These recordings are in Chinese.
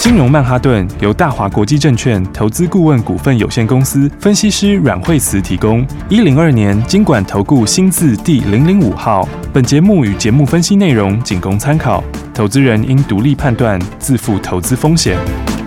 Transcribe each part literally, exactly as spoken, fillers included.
金融曼哈顿由大华国际证券投资顾问股份有限公司分析师阮惠慈提供。一零二年金管投顾新字第零零五号。本节目与节目分析内容仅供参考，投资人应独立判断，自负投资风险。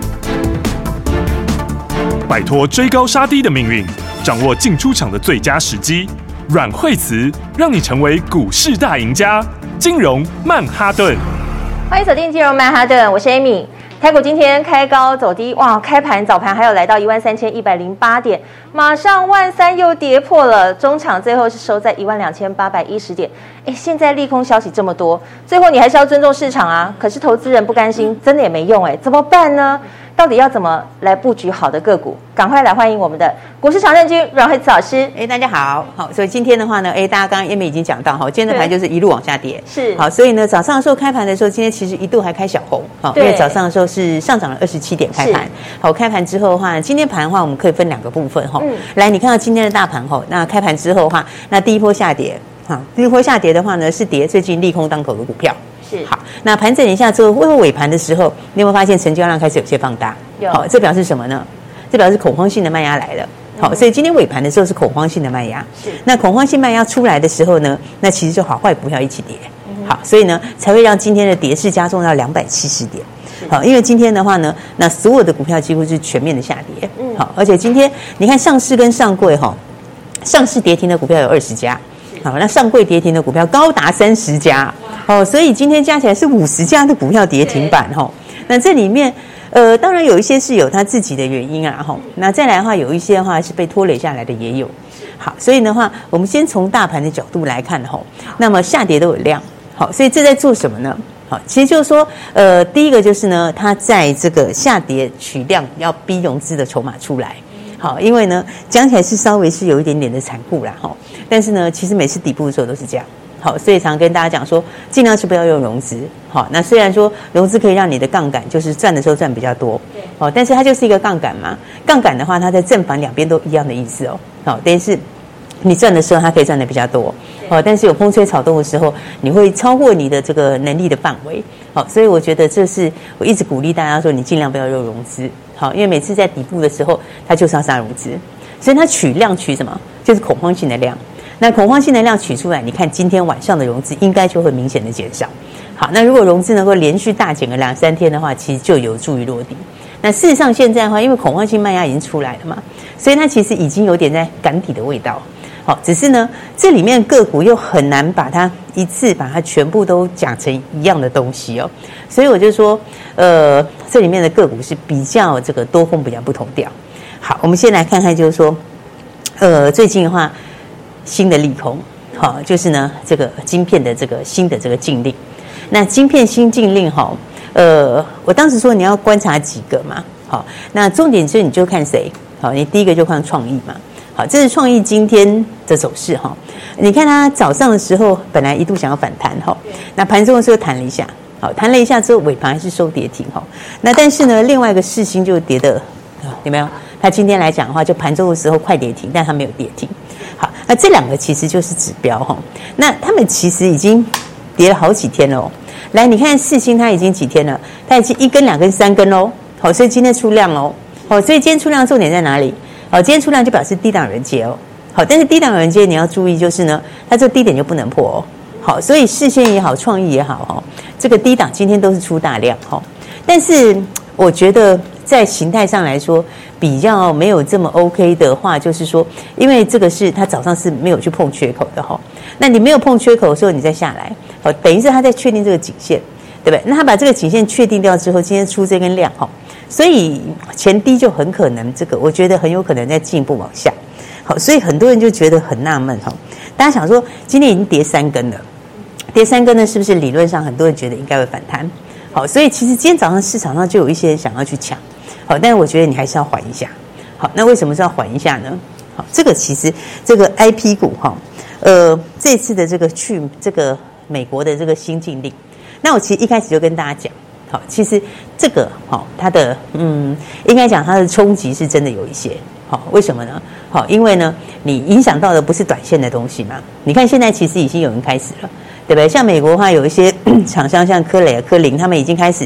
摆脱追高杀低的命运，掌握进出场的最佳时机。阮惠慈让你成为股市大赢家。金融曼哈顿， 欢迎锁定金融曼哈顿，我是 Amy。台股今天开高走低，哇！开盘早盘还有来到一万三千一百零八点，马上万三又跌破了，中场最后是收在一万两千八百一十点。哎，现在利空消息这么多，最后你还是要尊重市场啊。可是投资人不甘心，真的也没用哎，怎么办呢？到底要怎么来布局好的个股？赶快来欢迎我们的股市常胜军阮惠慈老师。 哎，大家好，好，所以今天的话呢，哎，大家刚刚 Amy 已经讲到，哈，今天的盘就是一路往下跌， 是好，所以呢，早上的时候开盘的时候，今天其实一度还开小红，好，因为早上的时候是上涨了二十七点开盘，好，开盘之后的话，今天盘的话，我们可以分两个部分，哈、嗯，来，你看到今天的大盘，哈，那开盘之后的话，那第一波下跌，哈，第一波下跌的话呢，是跌最近利空当口的股票。 是好，那盘整一下之后，为尾盘的时候，你有没有发现成交量开始有些放大？ 有， 好，这表示什么呢？这表示恐慌性的卖压来了。好，所以今天尾盘的时候是恐慌性的卖压。是，那恐慌性卖压出来的时候呢，那其实就好坏股票一起跌。嗯、好，所以呢才会让今天的跌势加重到两百七十点。好，因为今天的话呢，那所有的股票几乎是全面的下跌。嗯，好，而且今天你看上市跟上柜哈，上市跌停的股票有二十家。好，那上柜跌停的股票高达三十家，哦，所以今天加起来是五十家的股票跌停板哈。那这里面，呃，当然有一些是有它自己的原因啊哈。那再来的话，有一些的话是被拖累下来的也有。好，所以的话，我们先从大盘的角度来看哈。那么下跌都有量，好，所以这在做什么呢？好，其实就是说，呃，第一个就是呢，它在这个下跌取量，要逼融资的筹码出来。好，因为呢讲起来是稍微是有一点点的残酷啦哈，但是呢，其实每次底部的时候都是这样。好，所以常跟大家讲说，尽量是不要用融资。好，那虽然说融资可以让你的杠杆就是赚的时候赚比较多，哦，但是它就是一个杠杆嘛。杠杆的话，它在正反两边都一样的意思哦。好，但是你赚的时候，它可以赚的比较多。好，但是有风吹草动的时候，你会超过你的这个能力的范围。好，所以我觉得这是我一直鼓励大家说，你尽量不要用融资。好，因为每次在底部的时候，它就是要杀融资，所以它取量取什么？就是恐慌性的量。那恐慌性的量取出来，你看今天晚上的融资应该就会明显的减少。好，那如果融资能够连续大减个两三天的话，其实就有助于落底。那事实上现在的话，因为恐慌性卖压已经出来了嘛，所以它其实已经有点在赶底的味道。好，只是呢，这里面个股又很难把它一次把它全部都讲成一样的东西哦，所以我就说，呃，这里面的个股是比较这个多空比较不同调。好，我们先来看看，就是说，呃，最近的话，新的利空，好，就是呢，这个晶片的这个新的这个禁令。那晶片新禁令哈，呃，我当时说你要观察几个嘛，好，那重点是你就看谁，好，你第一个就看创意嘛。好，这是创意今天的走势哈。你看它早上的时候本来一度想要反弹哈，那盘中的时候弹了一下，好，弹了一下之后尾盘还是收跌停哈。那但是呢，另外一个世芯就跌的，有没有？它今天来讲的话，就盘中的时候快跌停，但它没有跌停。好，那这两个其实就是指标哈。那他们其实已经跌了好几天了哦。来，你看世芯它已经几天了？它已经一根、两根、三根喽。好，所以今天出量喽。好，所以今天出量重点在哪里？好，今天出量就表示低档人接哦。好，但是低档人接你要注意，就是呢，它这个低点就不能破哦。好，所以视线也好，创意也好，哈，这个低档今天都是出大量哈。但是我觉得在形态上来说，比较没有这么 OK 的话，就是说，因为这个是它早上是没有去碰缺口的哈。那你没有碰缺口的时候，你再下来，好，等于是它在确定这个颈线，对不对？那它把这个颈线确定掉之后，今天出这根量哈。所以前低就很可能，这个我觉得很有可能再进一步往下。好，所以很多人就觉得很纳闷哈。大家想说，今天已经跌三根了，跌三根呢，是不是理论上很多人觉得应该会反弹？好，所以其实今天早上市场上就有一些人想要去抢，好，但是我觉得你还是要缓一下。好，那为什么是要缓一下呢？好，这个其实这个 I P 股哈，呃，这次的这个去这个美国的这个新禁令，那我其实一开始就跟大家讲。好，其实这个好，它的嗯，应该讲它的冲击是真的有一些。好，为什么呢？好，因为呢，你影响到的不是短线的东西嘛。你看现在其实已经有人开始了，对不对？像美国的话，有一些厂商像科磊、科林，他们已经开始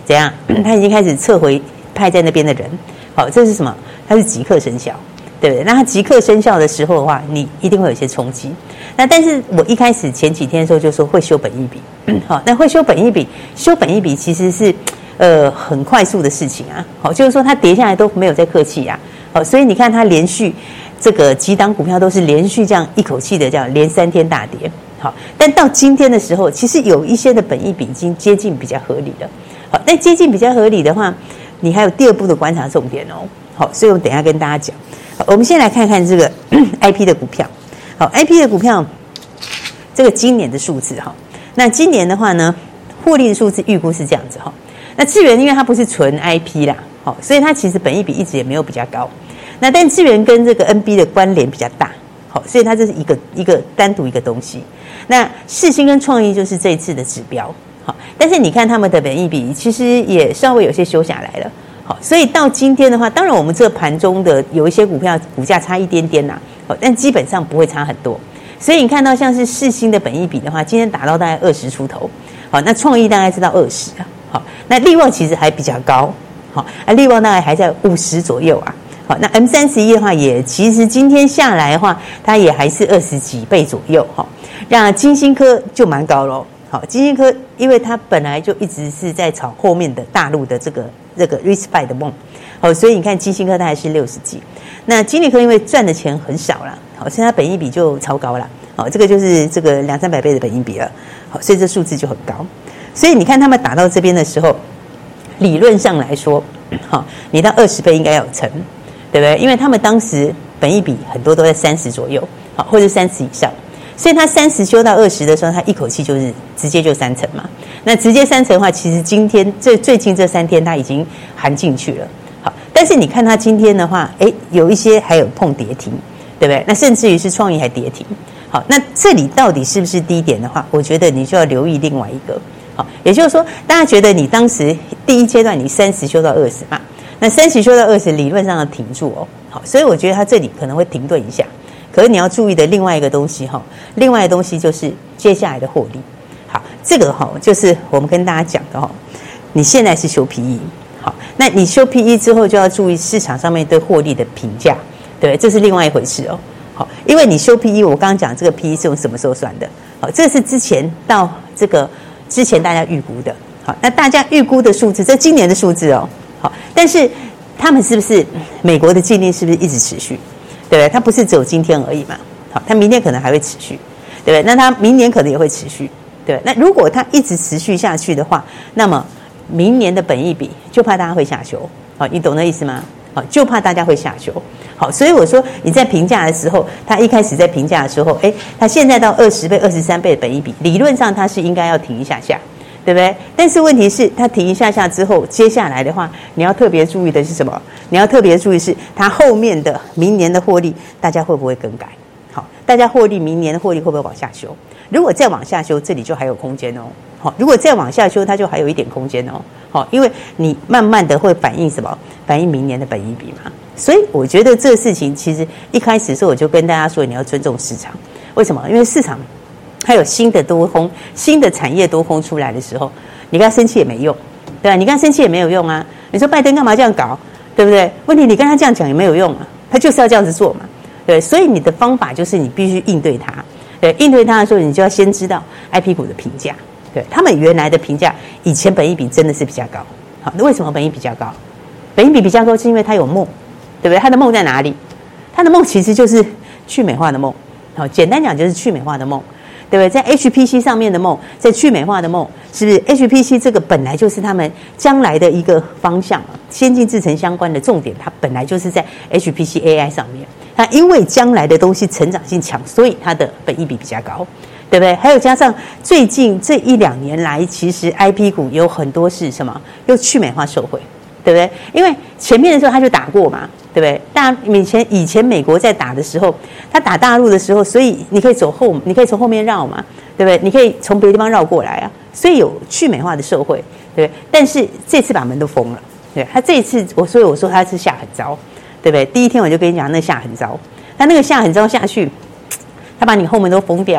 怎样？他已经开始撤回派在那边的人。好，这是什么？它是即刻生效，对不对？那它即刻生效的时候的话，你一定会有一些冲击。那但是我一开始前几天的时候就说会修本益比，好，那会修本益比，修本益比其实是呃很快速的事情啊。好，就是说它跌下来都没有在客气啊。好，所以你看它连续这个几档股票都是连续这样一口气的这样连三天大跌。好，但到今天的时候，其实有一些的本益比已经接近比较合理了。好，但接近比较合理的话，你还有第二步的观察重点哦。好，所以我等一下跟大家讲。好，我们先来看看这个 I P 的股票。好 ，I P 的股票，这个今年的数字哈，那今年的话呢，获利的数字预估是这样子哈。那智原因为它不是纯 I P 啦，好，所以它其实本益比一直也没有比较高。那但智原跟这个 N B 的关联比较大，好，所以它这是一个一个单独一个东西。那世芯跟创意就是这一次的指标，好，但是你看他们的本益比其实也稍微有些修下来了。好，所以到今天的话，当然我们这盘中的有一些股票股价差一点点呐、啊，好，但基本上不会差很多。所以你看到像是世芯的本益比的话，今天达到大概二十出头，好，那创意大概是到二十啊，好，那力旺其实还比较高，好，啊，力旺大概还在五十左右啊，好，那 M 三十一的话也其实今天下来的话，它也还是二十几倍左右，哈，那金星科就蛮高咯。好，金星科因为它本来就一直是在炒后面的大陆的这个这个 RISC-V 的梦，好，所以你看金星科它还是六十几，那金利科因为赚的钱很少啦，好，所以它本益比就超高啦，好，这个就是这个两三百倍的本益比了，好，所以这数字就很高，所以你看他们打到这边的时候，理论上来说，好，你到二十倍应该要有成，对不对？因为他们当时本益比很多都在三十左右，好，或者三十以上。所以它三十修到二十的时候，它一口气就是直接就三成嘛。那直接三成的话，其实今天最最近这三天它已经含进去了。好，但是你看它今天的话，哎，有一些还有碰跌停，对不对？那甚至于是创意还跌停。好，那这里到底是不是低点的话，我觉得你就要留意另外一个。好，也就是说，大家觉得你当时第一阶段你三十修到二十嘛，那三十修到二十理论上要停住哦。好，所以我觉得它这里可能会停顿一下。可是你要注意的另外一个东西哈，另外的东西就是接下来的获利。好，这个哈就是我们跟大家讲的哈，你现在是修 P E， 好，那你修 P E 之后就要注意市场上面对获利的评价，对，这是另外一回事哦。好，因为你修 P E， 我刚刚讲这个 P E 是用什么时候算的？好，这是之前到这个之前大家预估的。好，那大家预估的数字，这今年的数字哦。好，但是他们是不是美国的禁令是不是一直持续？对不对？它不是只有今天而已嘛，好，它明天可能还会持续，对不对？那它明年可能也会持续，对不对？那如果它一直持续下去的话，那么明年的本益比就怕大家会下修，好，你懂那意思吗？好，就怕大家会下修，好，所以我说你在评价的时候，它一开始在评价的时候，哎，它现在到二十倍、二十三倍的本益比，理论上它是应该要停一下下。对不对？但是问题是，它停一下下之后，接下来的话，你要特别注意的是什么？你要特别注意是它后面的明年的获利，大家会不会更改？好，大家获利明年的获利会不会往下修？如果再往下修，这里就还有空间哦。好，如果再往下修，它就还有一点空间哦。好，因为你慢慢的会反映什么？反映明年的本益比嘛。所以我觉得这个事情其实一开始的时候我就跟大家说，你要尊重市场。为什么？因为市场还有新的多空、新的产业多空出来的时候，你跟他生气也没用，对吧？你跟他生气也没有用啊！你说拜登干嘛这样搞，对不对？问题你跟他这样讲也没有用啊，他就是要这样子做嘛，对。所以你的方法就是你必须应对他，对，应对他的时候，你就要先知道 I P 股的评价，对他们原来的评价，以前本益比真的是比较高，好，那为什么本益比较高？本益比比较高是因为他有梦，对不对？他的梦在哪里？他的梦其实就是去美化的梦，好，简单讲就是去美化的梦。对不对？在 H P C 上面的梦，在去美化的梦，是不是 H P C 这个本来就是他们将来的一个方向啊？先进制程相关的重点，它本来就是在 H P C A I 上面。它因为将来的东西成长性强，所以它的本益比比较高，对不对？还有加上最近这一两年来，其实 I P 股有很多是什么？又去美化受惠，对不对？因为前面的时候他就打过嘛。对不对？大家以前以前美国在打的时候，他打大陆的时候，所以你可以走后，你可以从后面绕嘛，对不对？你可以从别的地方绕过来啊，所以有去美化的受惠，对不对？但是这次把门都封了，对他这一次我所以我说他是下很糟，对不对？第一天我就跟你讲那下很糟，他那个下很糟下去，他把你后门都封掉了，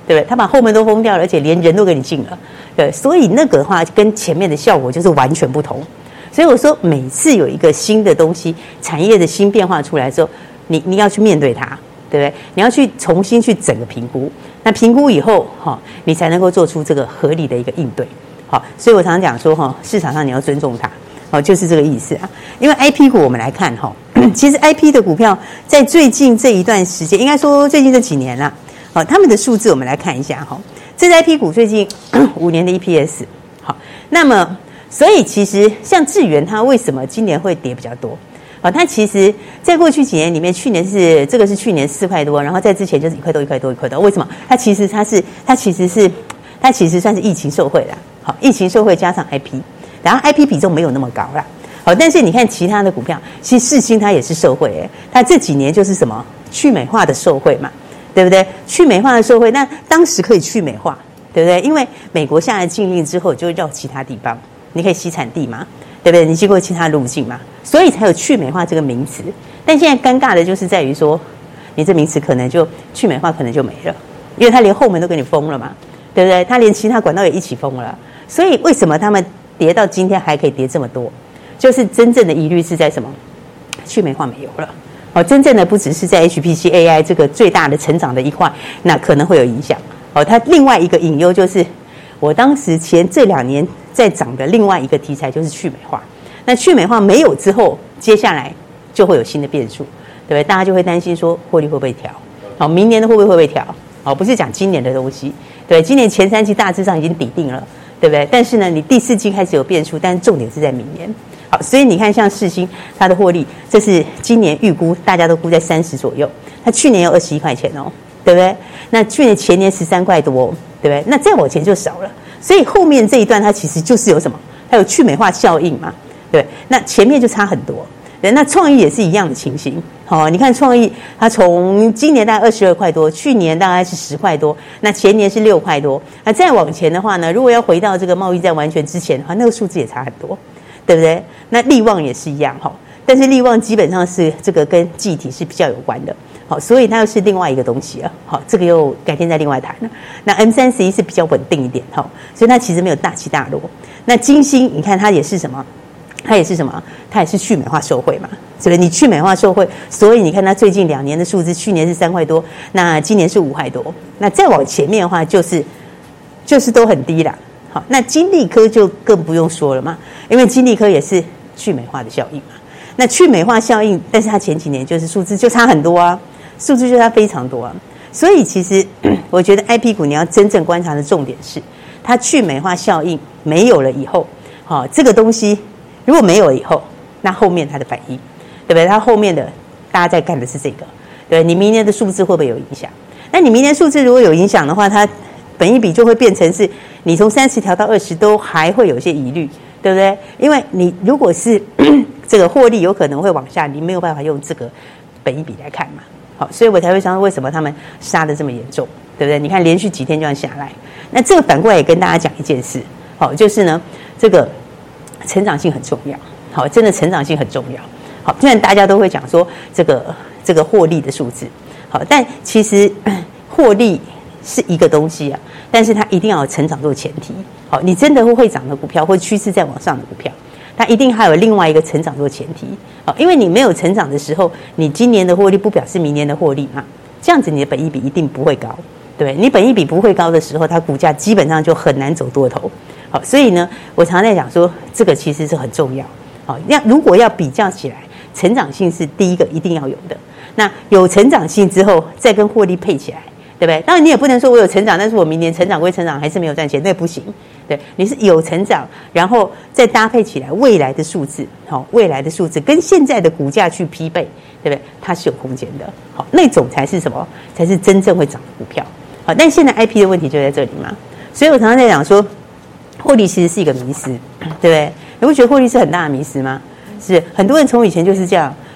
对不对？他把后门都封掉了，而且连人都给你进了，对，所以那个的话跟前面的效果就是完全不同。所以我说，每次有一个新的东西、产业的新变化出来之后，你你要去面对它，对不对？你要去重新去整个评估。那评估以后，哈、哦，你才能够做出这个合理的一个应对。好，所以我常常讲说，哈、哦，市场上你要尊重它，哦，就是这个意思啊。因为 I P 股我们来看，哈、哦，其实 I P 的股票在最近这一段时间，应该说最近这几年啦。好，他们的数字我们来看一下哈。这是 I P 股最近五年的 E P S。好，那么所以其实像智原它为什么今年会跌比较多？好，它其实在过去几年里面，去年是这个是去年四块多，然后在之前就是一块多一块多一块多。为什么？它其实它是它其实是它其实算是疫情受惠啦。好，疫情受惠加上 I P， 然后 I P 比重没有那么高啦。好，但是你看其他的股票，其实世芯它也是受惠诶，它这几年就是什么去美化的受惠嘛。对不对？去美化的社会，那当时可以去美化，对不对？因为美国下来禁令之后，就会绕其他地方，你可以吸产地嘛，对不对？你经过其他路径嘛，所以才有去美化这个名词。但现在尴尬的就是在于说，你这名词可能就去美化，可能就没了，因为它连后门都给你封了嘛，对不对？它连其他管道也一起封了，所以为什么他们跌到今天还可以跌这么多？就是真正的疑虑是在什么？去美化没有了。哦，真正的不只是在 H P C A I 这个最大的成长的一块，那可能会有影响。哦，它另外一个隐忧就是，我当时前这两年在涨的另外一个题材就是去美化。那去美化没有之后，接下来就会有新的变数，对不对？大家就会担心说获利会不会调？好，明年的会不会会不会调？好，不是讲今年的东西，对，今年前三季大致上已经底定了，对不对？但是呢，你第四季开始有变数，但是重点是在明年。好，所以你看，像世芯它的获利，这是今年预估，大家都估在三十左右。它去年有二十一块钱哦，对不对？那去年前年十三块多，对不对？那再往前就少了。所以后面这一段它其实就是有什么？它有去美化效应嘛，对。那前面就差很多。对，那创意也是一样的情形。好、哦，你看创意，它从今年大概二十二块多，去年大概是十块多，那前年是六块多。那再往前的话呢，如果要回到这个贸易战完全之前的话，那个数字也差很多。对不对？那力旺也是一样哈，但是力旺基本上是这个跟记忆体是比较有关的，好，所以它又是另外一个东西啊，好，这个又改天再另外谈了。那 M 三十一是比较稳定一点哈，所以它其实没有大起大落。那金星，你看它也是什么？它也是什么？它也是去美化受惠嘛，是不是？你去美化受惠，所以你看它最近两年的数字，去年是三块多，那今年是五块多，那再往前面的话就是就是都很低啦。好，那金利科就更不用说了嘛，因为金利科也是去美化的效应嘛。那去美化效应，但是它前几年就是数字就差很多啊，数字就差非常多啊。所以其实我觉得 I P 股你要真正观察的重点是，它去美化效应没有了以后，好，这个东西如果没有了以后，那后面它的反应，对不对？它后面的大家在干的是这个，对，你明年的数字会不会有影响？那你明年数字如果有影响的话，它本益比就会变成是你从三十调到二十都还会有一些疑虑，对不对？因为你如果是这个获利有可能会往下，你没有办法用这个本益比来看嘛。好，所以我才会想为什么他们杀得这么严重，对不对？你看连续几天就要下来，那这个反过来也跟大家讲一件事，好，就是呢这个成长性很重要，好，真的成长性很重要。好，虽然大家都会讲说这个这个获利的数字，好，但其实获利是一个东西啊，但是它一定要有成长做前提。好，你真的会涨的股票或趋势在往上的股票，它一定还有另外一个成长做前提。好，因为你没有成长的时候，你今年的获利不表示明年的获利嘛，这样子你的本益比一定不会高，对不对？你本益比不会高的时候，它股价基本上就很难走多头。好，所以呢，我常常在讲说，这个其实是很重要。好，那如果要比较起来，成长性是第一个一定要有的。那有成长性之后，再跟获利配起来。对不对？当然你也不能说我有成长，但是我明年成长归成长，还是没有赚钱，那不行。对，你是有成长，然后再搭配起来未来的数字，好、哦，未来的数字跟现在的股价去匹配，对不对？它是有空间的。好，那种才是什么？才是真正会涨的股票。好，但现在 I P 的问题就在这里嘛。所以我常常在讲说，获利其实是一个迷思，对不对？你不觉得获利是很大的迷思吗？是很多人从以前就是这样。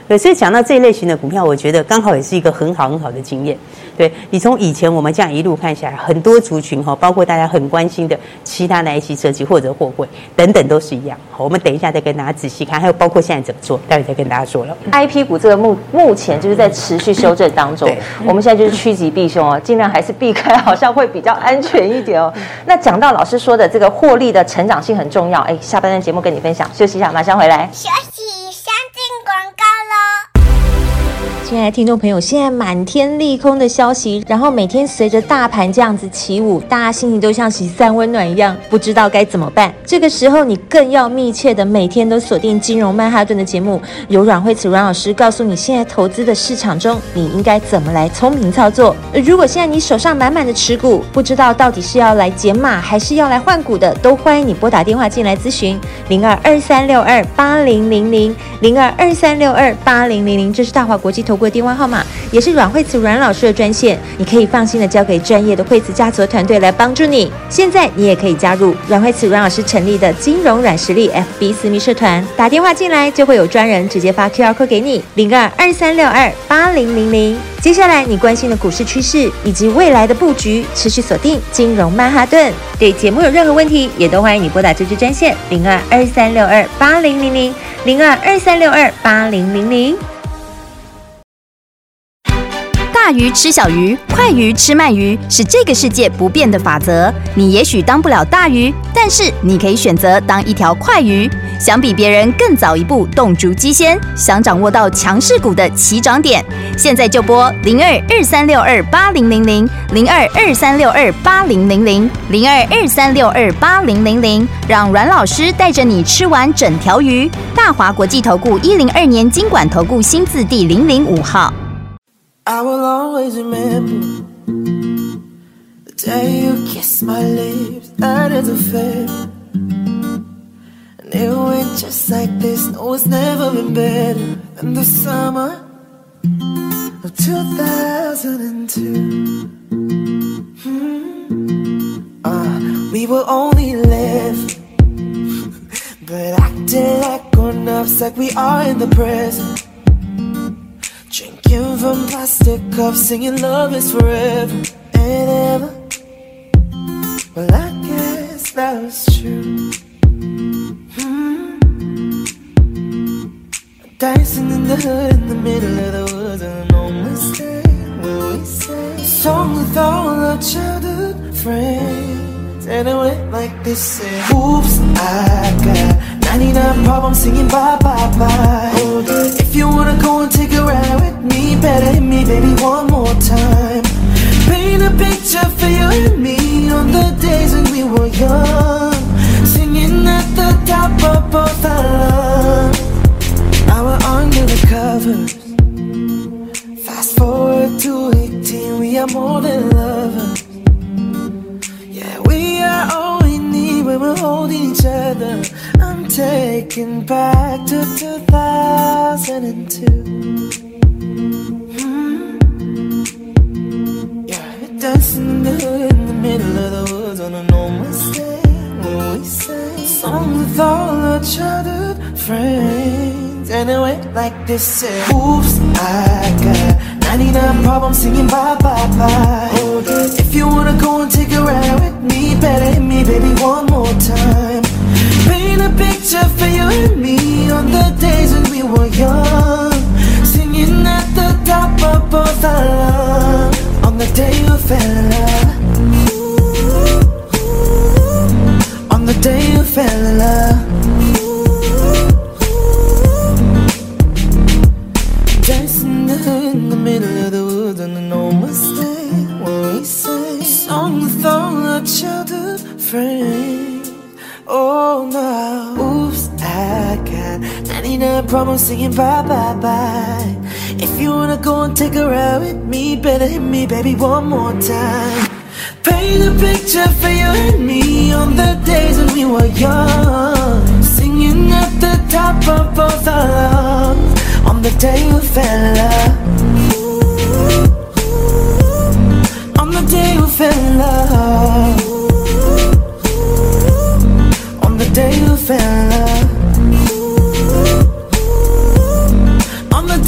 对，所以讲到这一类型的股票，我觉得刚好也是一个很好很好的经验。对，你从以前我们这样一路看下来，很多族群哈，包括大家很关心的其他的 I C 设计或者货柜等等都是一样。好，我们等一下再跟大家仔细看，还有包括现在怎么做，待会再跟大家说了。 I P 股这个目目前就是在持续修正当中，我们现在就是趋吉避凶哦，尽量还是避开，好像会比较安全一点哦。那讲到老师说的这个获利的成长性很重要，哎，下半段节目跟你分享，休息一下，马上回来。 休息，先进广告喽。 亲爱的听众朋友，现在满天利空的消息，然后每天随着大盘这样子起舞，大家心情都像洗三温暖一样，不知道该怎么办。这个时候，你更要密切的每天都锁定金融曼哈顿的节目，由阮慧慈阮老师告诉你，现在投资的市场中，你应该怎么来聪明操作。如果现在你手上满满的持股，不知道到底是要来减码还是要来换股的，都欢迎你拨打电话进来咨询零二二三六二八零零零零二二三六二八零零零，这是大华国际投顾的电话号码，也是阮慧慈阮老师的专线，你可以放心的交给专业的慧慈家族的团队来帮助你。现在你也可以加入阮慧慈阮老师成立的金融软实力 F B 私密社团，打电话进来就会有专人直接发 Q R code 给你零二二三六二八零零零。接下来你关心的股市趋势以及未来的布局，持续锁定金融曼哈顿。对节目有任何问题，也都欢迎你拨打这支专线零二二三六二八零零零零二二三六二八零零零。 大鱼吃小鱼，快鱼吃慢鱼，是这个世界不变的法则。你也许当不了大鱼，但是你可以选择当一条快鱼。想比别人更早一步动足机先，想掌握到强势股的起涨点，现在就拨零二二三六二八零零零零二二三六二八零零零零二二三六二八零零零，让阮老师带着你吃完整条鱼。大华国际投顾一零二年金管投顾新字第零零五号。 I will always remember the day you kissed my lips, that is a fair. And it went just like this, no it's never been better than the summer of two thousand two. hmm. uh, We were only eleven, but acting like grown-ups, like we are in the present. Drinking from plastic cups, singing love is forever and ever. Well, I guess that was true. hmm. Dancing in the hood, in the middle of the woods, and no mistake when we say song with all our childhood friends. And it went like this, say, oops, I got ninety-nine problems singing bye, bye, bye. If you wanna go and take a ride with me, better hit me, baby, one more time. Paint a picture for you and me on the days when we were young, singing at the top of both our lungs. Now we're under the covers. Fast forward to eighteen, we are more than lovers. Yeah, we are all we need when we're holding each other. I'm taken back to two thousand two. mm. Yeah, dancing in the hood, in the middle of the woods, on a no mistake when we sang song with all our childhood friends. And it went like this, say, oops, I got ninety-nine problems singing bye, bye, bye. If you wanna go and take a ride with me, better hit me, baby, one more time. Paint a picture for you and me on the days when we were young, singing at the top of both our lungs, on the day you fell in love. Ooh, on the day you fell in love. Dancing in the middle of the woods, and no mistake when we say song with all our childhood friends. Oh no, oops, I got ninety-nine problems singing bye, bye, bye. If you wanna go and take a ride with me, better hit me, baby, one more time. Paint a picture for you and me on the days when we were young, singing at the top of both our lungs, on the day you fell in love. Ooh, on the day you fell in love. On the day you fell in love. On the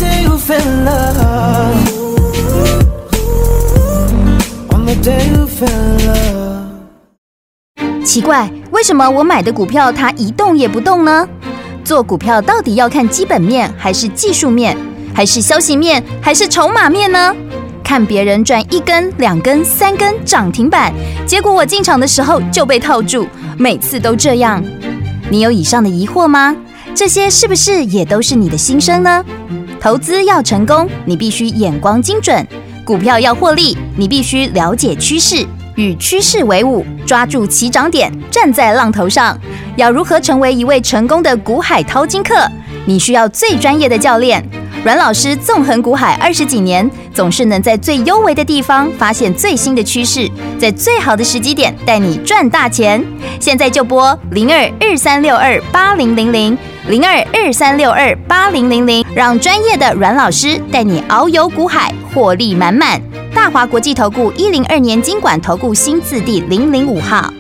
fell in love. 奇怪，为什么我买的股票它一动也不动呢？做股票到底要看基本面，还是技术面，还是消息面，还是筹码面呢？看别人赚一根、两根、三根涨停板，结果我进场的时候就被套住，每次都这样。你有以上的疑惑吗？这些是不是也都是你的心声呢？投资要成功，你必须眼光精准；股票要获利，你必须了解趋势，与趋势为伍，抓住起涨点，站在浪头上。要如何成为一位成功的股海淘金客？你需要最专业的教练。阮老师纵横股海二十几年，总是能在最优微的地方发现最新的趋势，在最好的时机点带你赚大钱。现在就拨零二二三六二八零零零零二二三六二八零零零，让专业的阮老师带你遨游股海，获利满满。大华国际投顾一零二年金管投顾新字第零零五号。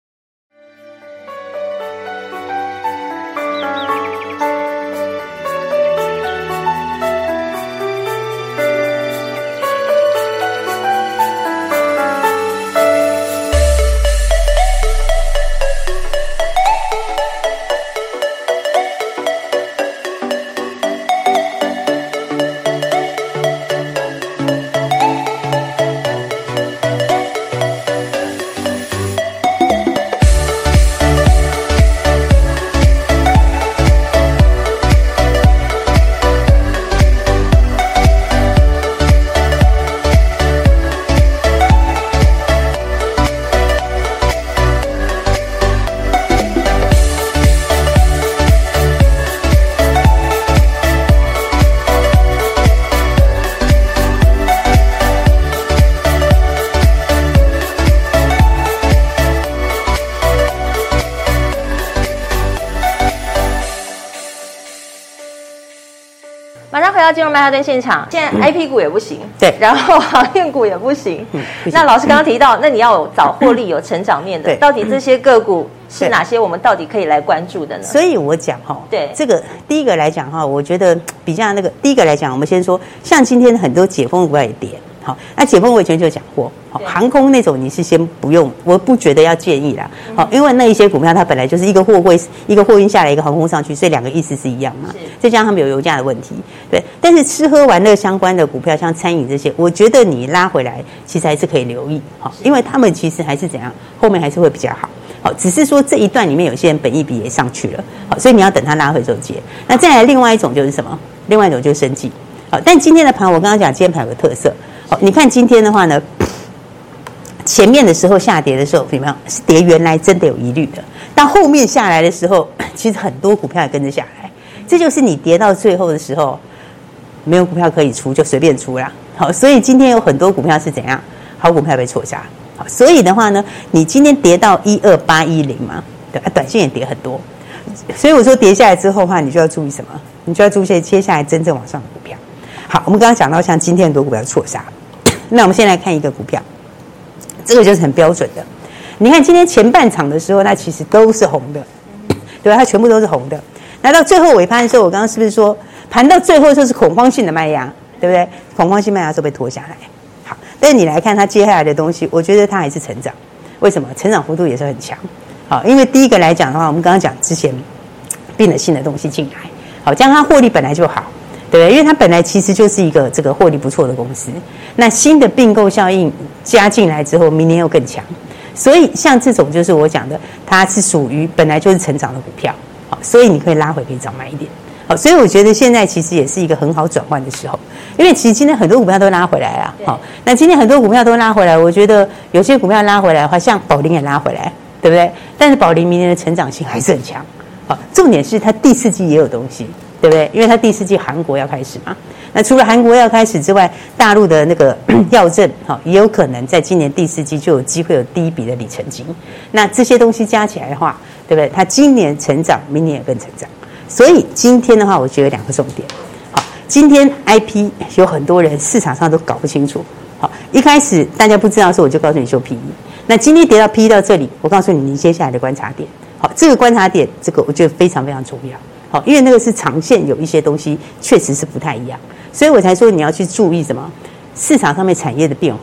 马上回到金融曼哈顿现场，现在 I P 股也不行， 对， 然后航运股也不行。 嗯不行那老师刚刚提到，那你要有早获利、有成长面的， 对到底这些个股是对哪些？我们到底可以来关注的呢？ 所以我讲哈， 对这个第一个来讲哈，我觉得比较那个第一个来讲，我们先说，像今天很多解封股票也跌，好，那解封我以前就讲过，好， 对航空那种你是先不用，我不觉得要建议啦，好，因为那一些股票它本来就是一个货柜一个货运下来，一个航空上去，所以两个意思是一样嘛，再加上他们有油价的问题，对，但是吃喝玩乐相关的股票，像餐饮这些，我觉得你拉回来其实还是可以留意，好，因为他们其实还是怎样，后面还是会比较好。好，只是说这一段里面有些人本益比也上去了，好，所以你要等它拉回之后接。那再来另外一种就是什么？另外一种就是生技。好，但今天的盘我刚刚讲，今天盘有个特色。好，你看今天的话呢，前面的时候下跌的时候，怎么样？是跌原来真的有疑虑的，但后面下来的时候，其实很多股票也跟着下来。这就是你跌到最后的时候，没有股票可以出，就随便出啦。好，所以今天有很多股票是怎样？好股票被错杀。好，所以的话呢，你今天跌到一二八一零嘛，对啊，短线也跌很多，所以我说跌下来之后的话，你就要注意什么？你就要注意接下来真正往上的股票。好，我们刚刚讲到像今天很多股票错杀，那我们先来看一个股票，这个就是很标准的。你看今天前半场的时候，它其实都是红的，对吧？它全部都是红的。那到最后尾盘的时候，我刚刚是不是说盘到最后就是恐慌性的卖压，对不对？恐慌性卖压都被拖下来。好，但是你来看它接下来的东西，我觉得它还是成长。为什么？成长幅度也是很强。好，因为第一个来讲的话，我们刚刚讲之前并了新的东西进来，好，这样它获利本来就好，对不对？因为它本来其实就是一个这个获利不错的公司，那新的并购效应加进来之后，明年又更强。所以像这种就是我讲的，它是属于本来就是成长的股票，好，所以你可以拉回可以早买一点。好，所以我觉得现在其实也是一个很好转换的时候，因为其实今天很多股票都拉回来了，好，那今天很多股票都拉回来，我觉得有些股票拉回来的话，像宝林也拉回来，对不对？但是宝林明年的成长性还是很强，好，重点是它第四季也有东西，对不对？因为它第四季韩国要开始嘛，那除了韩国要开始之外，大陆的那个药证，好，也有可能在今年第四季就有机会有第一笔的里程金，那这些东西加起来的话，对不对？它今年成长，明年也更成长。所以今天的话，我觉得两个重点。好，今天 I P 有很多人市场上都搞不清楚。好，一开始大家不知道的时候，我就告诉你修 P E。那今天跌到 P E 到这里，我告诉你你接下来的观察点。好，这个观察点，这个我觉得非常非常重要。好，因为那个是长线有一些东西确实是不太一样，所以我才说你要去注意什么市场上面产业的变化，对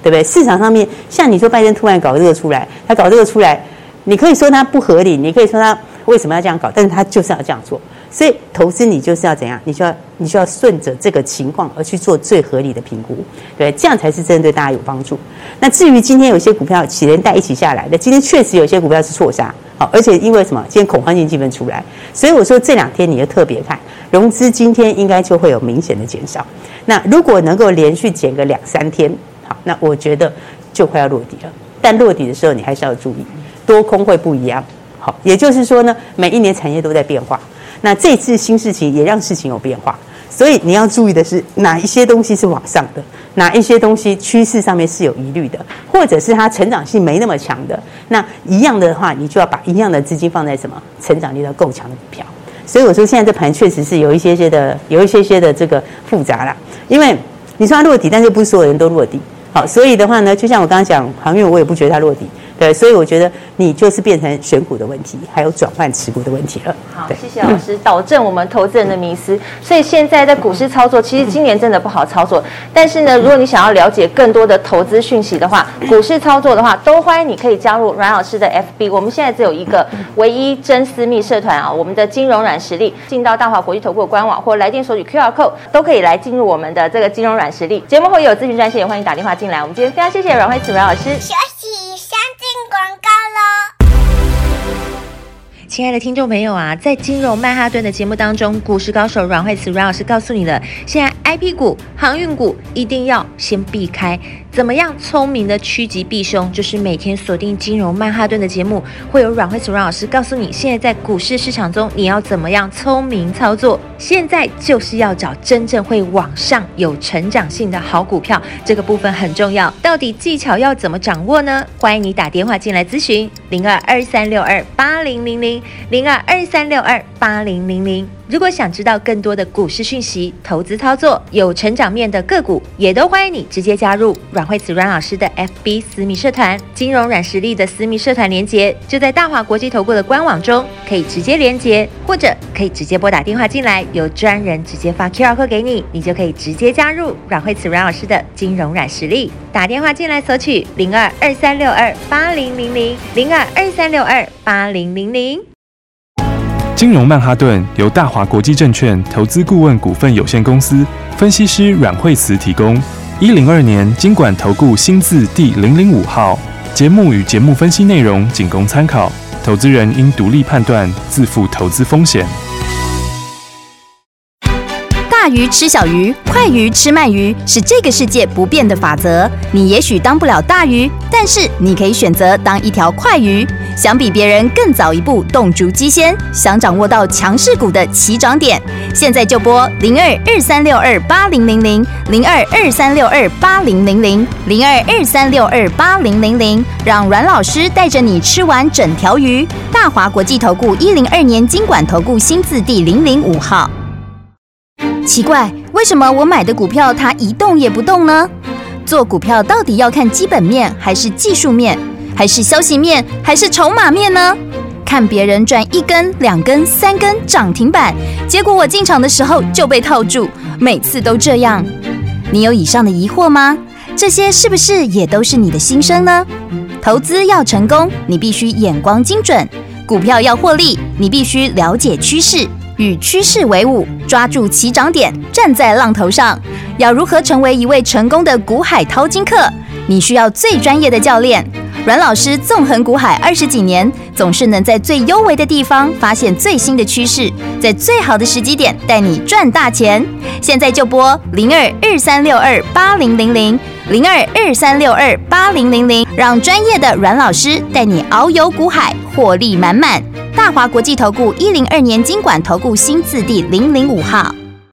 对不对？市场上面像你说拜登突然搞这个出来，他搞这个出来，你可以说他不合理，你可以说他为什么要这样搞，但是他就是要这样做。所以投资你就是要怎样？你就要你就要顺着这个情况而去做最合理的评估，对，这样才是真的对大家有帮助。那至于今天有些股票起连带一起下来的，今天确实有些股票是错杀，好，而且因为什么？今天恐慌性气氛出来，所以我说这两天你就特别看融资，今天应该就会有明显的减少。那如果能够连续减个两三天，好，那我觉得就快要落底了。但落底的时候你还是要注意，多空会不一样。好，也就是说呢，每一年产业都在变化。那这次新事情也让事情有变化，所以你要注意的是哪一些东西是往上的，哪一些东西趋势上面是有疑虑的，或者是它成长性没那么强的。那一样的话，你就要把一样的资金放在什么成长力要够强的股票。所以我说现在这盘确实是有一些些的有一些些的这个复杂啦，因为你说它落底，但是不是所有人都落底。好，所以的话呢，就像我刚刚讲航运，我也不觉得它落底。对，所以我觉得你就是变成选股的问题，还有转换持股的问题了。 好，谢谢老师，导正我们投资人的迷思。所以现在在股市操作，其实今年真的不好操作。但是呢，如果你想要了解更多的投资讯息的话，股市操作的话，都欢迎你可以加入阮老师的 F B。我们现在只有一个唯一真私密社团啊，我们的金融软实力，进到大华国际投顾的官网或来电索取 Q R code， 都可以来进入我们的这个金融软实力。节目后也有咨询专线，也欢迎打电话进来。我们今天非常谢谢阮慧慈阮老师。 休息，先进广告喽。 亲爱的听众朋友啊，在金融曼哈顿的节目当中，股市高手阮慧慈阮老师告诉你了，现在 I P 股、航运股一定要先避开。怎么样聪明的趋吉避凶？就是每天锁定金融曼哈顿的节目，会有阮慧慈阮老师告诉你，现在在股市市场中你要怎么样聪明操作。现在就是要找真正会往上有成长性的好股票，这个部分很重要。到底技巧要怎么掌握呢？欢迎你打电话进来咨询零二二三六二八零零零零二二三六二八零零零。如果想知道更多的股市讯息、投资操作、有成长面的个股，也都欢迎你直接加入阮慧慈阮老师的 F B 私密社团。金融软实力的私密社团连结就在大华国际投顾的官网中，可以直接连结，或者可以直接拨打电话进来，由专人直接发 Q R code 给你，你就可以直接加入阮慧慈阮老师的金融软实力。打电话进来索取零二二三六二八零零零零二二三六二八零零零。 金融曼哈顿由大华国际证券投资顾问股份有限公司分析师阮慧慈提供。一零二年金管投顾新字第零零五号。节目与节目分析内容仅供参考，投资人应独立判断，自负投资风险。 大鱼吃小鱼，快鱼吃慢鱼，是这个世界不变的法则。你也许当不了大鱼，但是你可以选择当一条快鱼。想比别人更早一步动足机先，想掌握到强势股的起涨点，现在就拨零二二三六二八零零零零二二三六二八零零零零二二三六二八零零零，让阮老师带着你吃完整条鱼。大华国际投顾一零二年金管投顾新字第零零五号。奇怪，为什么我买的股票它一动也不动呢？做股票到底要看基本面，还是技术面，还是消息面，还是筹码面呢？看别人赚一根、两根、三根涨停板，结果我进场的时候就被套住，每次都这样。你有以上的疑惑吗？这些是不是也都是你的心声呢？投资要成功，你必须眼光精准；股票要获利，你必须了解趋势。与趋势为伍，抓住起涨点，站在浪头上。要如何成为一位成功的股海淘金客？你需要最专业的教练。阮老师纵横股海二十几年，总是能在最优微的地方发现最新的趋势，在最好的时机点带你赚大钱。现在就拨零二二三六二八零零零零二二三六二八零零零，让专业的阮老师带你遨游股海，获利满满。大华国际投顾一零二年金管投顾新字第零零五号。